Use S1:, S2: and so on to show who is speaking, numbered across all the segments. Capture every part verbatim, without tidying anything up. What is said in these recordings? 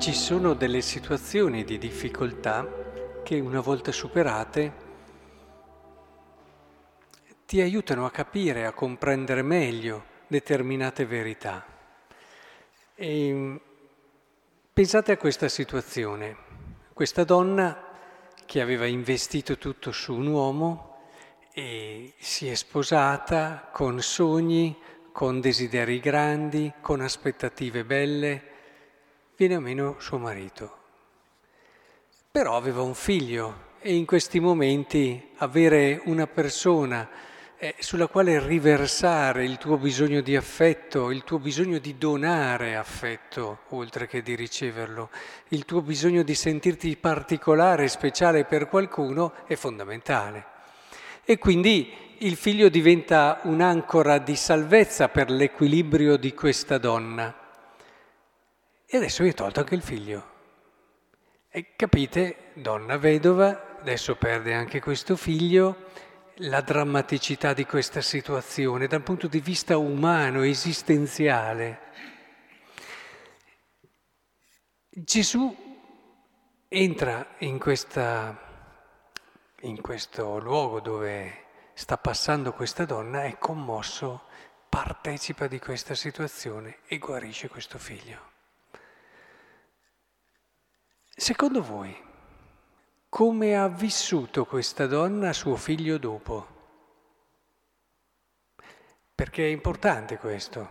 S1: Ci sono delle situazioni di difficoltà che una volta superate ti aiutano a capire, a comprendere meglio determinate verità. E pensate a questa situazione, questa donna che aveva investito tutto su un uomo e si è sposata con sogni, con desideri grandi, con aspettative belle. Viene a meno suo marito. Però aveva un figlio e in questi momenti avere una persona eh, sulla quale riversare il tuo bisogno di affetto, il tuo bisogno di donare affetto, oltre che di riceverlo, il tuo bisogno di sentirti particolare, speciale per qualcuno, è fondamentale. E quindi il figlio diventa un'ancora di salvezza per l'equilibrio di questa donna. E adesso vi ho tolto anche il figlio. E capite, donna vedova, adesso perde anche questo figlio, la drammaticità di questa situazione dal punto di vista umano, esistenziale. Gesù entra in questa, in questo luogo dove sta passando questa donna, è commosso, partecipa di questa situazione e guarisce questo figlio. Secondo voi, come ha vissuto questa donna suo figlio dopo? Perché è importante questo.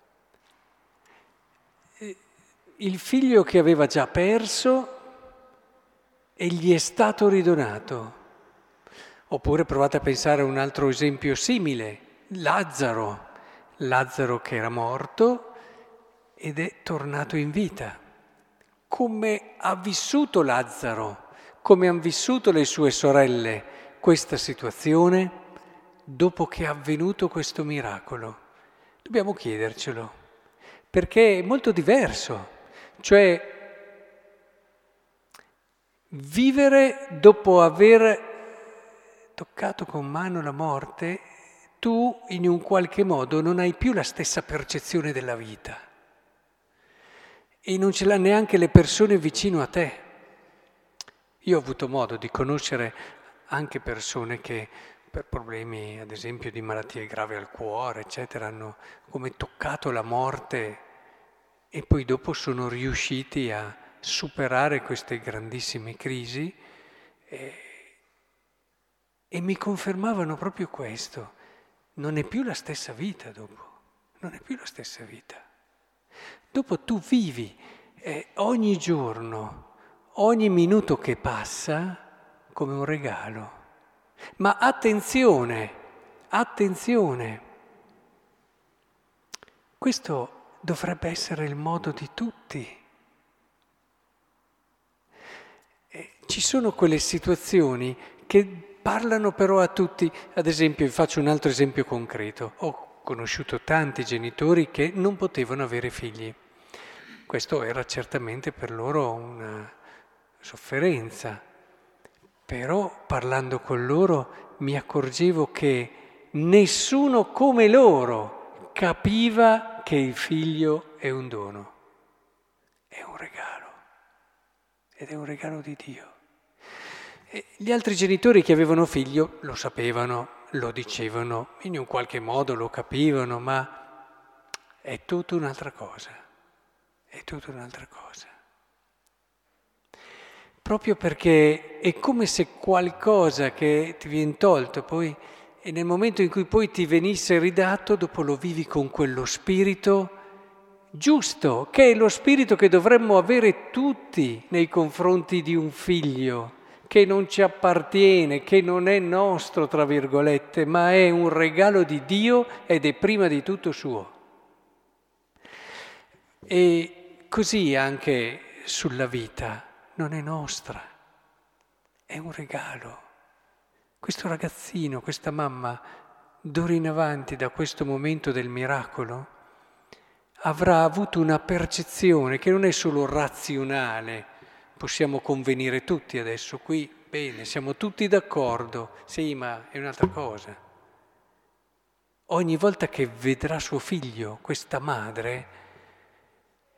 S1: Il figlio che aveva già perso e gli è stato ridonato. Oppure provate a pensare a un altro esempio simile, Lazzaro. Lazzaro che era morto ed è tornato in vita. Come ha vissuto Lazzaro, come hanno vissuto le sue sorelle questa situazione dopo che è avvenuto questo miracolo? Dobbiamo chiedercelo, perché è molto diverso, cioè vivere dopo aver toccato con mano la morte, tu in un qualche modo non hai più la stessa percezione della vita. E non ce l'ha neanche le persone vicino a te. Io ho avuto modo di conoscere anche persone che per problemi, ad esempio, di malattie gravi al cuore, eccetera, hanno come toccato la morte e poi dopo sono riusciti a superare queste grandissime crisi e, e mi confermavano proprio questo. Non è più la stessa vita dopo, non è più la stessa vita. Dopo tu vivi eh, ogni giorno, ogni minuto che passa come un regalo. Ma attenzione, attenzione, questo dovrebbe essere il modo di tutti. Eh, ci sono quelle situazioni che parlano però a tutti. Ad esempio, vi faccio un altro esempio concreto. Ho conosciuto tanti genitori che non potevano avere figli. Questo era certamente per loro una sofferenza, però parlando con loro mi accorgevo che nessuno come loro capiva che il figlio è un dono, è un regalo ed è un regalo di Dio. E gli altri genitori che avevano figlio lo sapevano, lo dicevano, in un qualche modo lo capivano, ma è tutta un'altra cosa. È tutta un'altra cosa. Proprio perché è come se qualcosa che ti viene tolto poi, e nel momento in cui poi ti venisse ridato, dopo lo vivi con quello spirito giusto, che è lo spirito che dovremmo avere tutti nei confronti di un figlio, che non ci appartiene, che non è nostro, tra virgolette, ma è un regalo di Dio ed è prima di tutto suo. E così anche sulla vita non è nostra, è un regalo. Questo ragazzino, questa mamma, d'ora in avanti, da questo momento del miracolo, avrà avuto una percezione che non è solo razionale. Possiamo convenire tutti adesso qui, bene, siamo tutti d'accordo, sì, ma è un'altra cosa. Ogni volta che vedrà suo figlio, questa madre,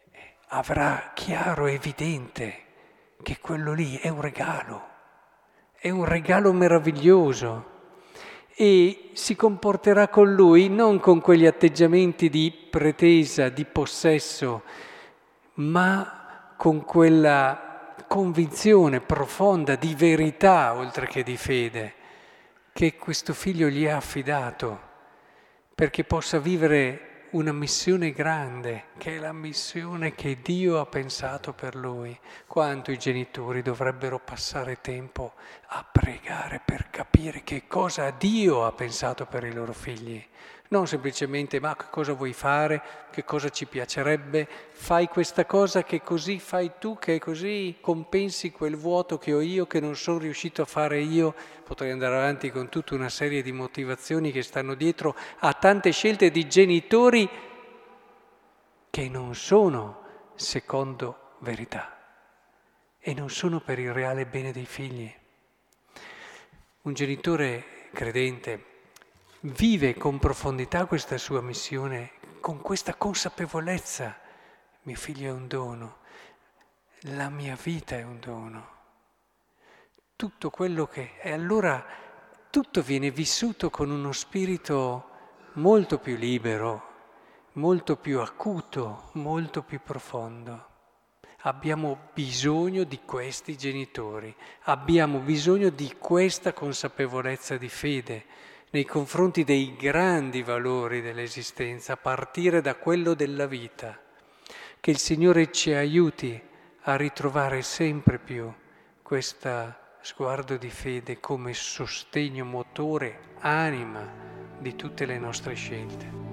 S1: avrà chiaro, evidente, che quello lì è un regalo, è un regalo meraviglioso e si comporterà con lui non con quegli atteggiamenti di pretesa, di possesso, ma con quella convinzione profonda di verità oltre che di fede che questo figlio gli ha affidato perché possa vivere una missione grande, che è la missione che Dio ha pensato per lui. Quanto i genitori dovrebbero passare tempo a pregare per capire che cosa Dio ha pensato per i loro figli. Non semplicemente, ma che cosa vuoi fare, che cosa ci piacerebbe, fai questa cosa che così fai tu, che così compensi quel vuoto che ho io, che non sono riuscito a fare io. Potrei andare avanti con tutta una serie di motivazioni che stanno dietro a tante scelte di genitori che non sono secondo verità e non sono per il reale bene dei figli. Un genitore credente vive con profondità questa sua missione, con questa consapevolezza. Mio figlio è un dono, la mia vita è un dono. Tutto quello che è, allora tutto viene vissuto con uno spirito molto più libero, molto più acuto, molto più profondo. Abbiamo bisogno di questi genitori, abbiamo bisogno di questa consapevolezza di fede nei confronti dei grandi valori dell'esistenza, a partire da quello della vita. Che il Signore ci aiuti a ritrovare sempre più questo sguardo di fede come sostegno, motore, anima di tutte le nostre scelte.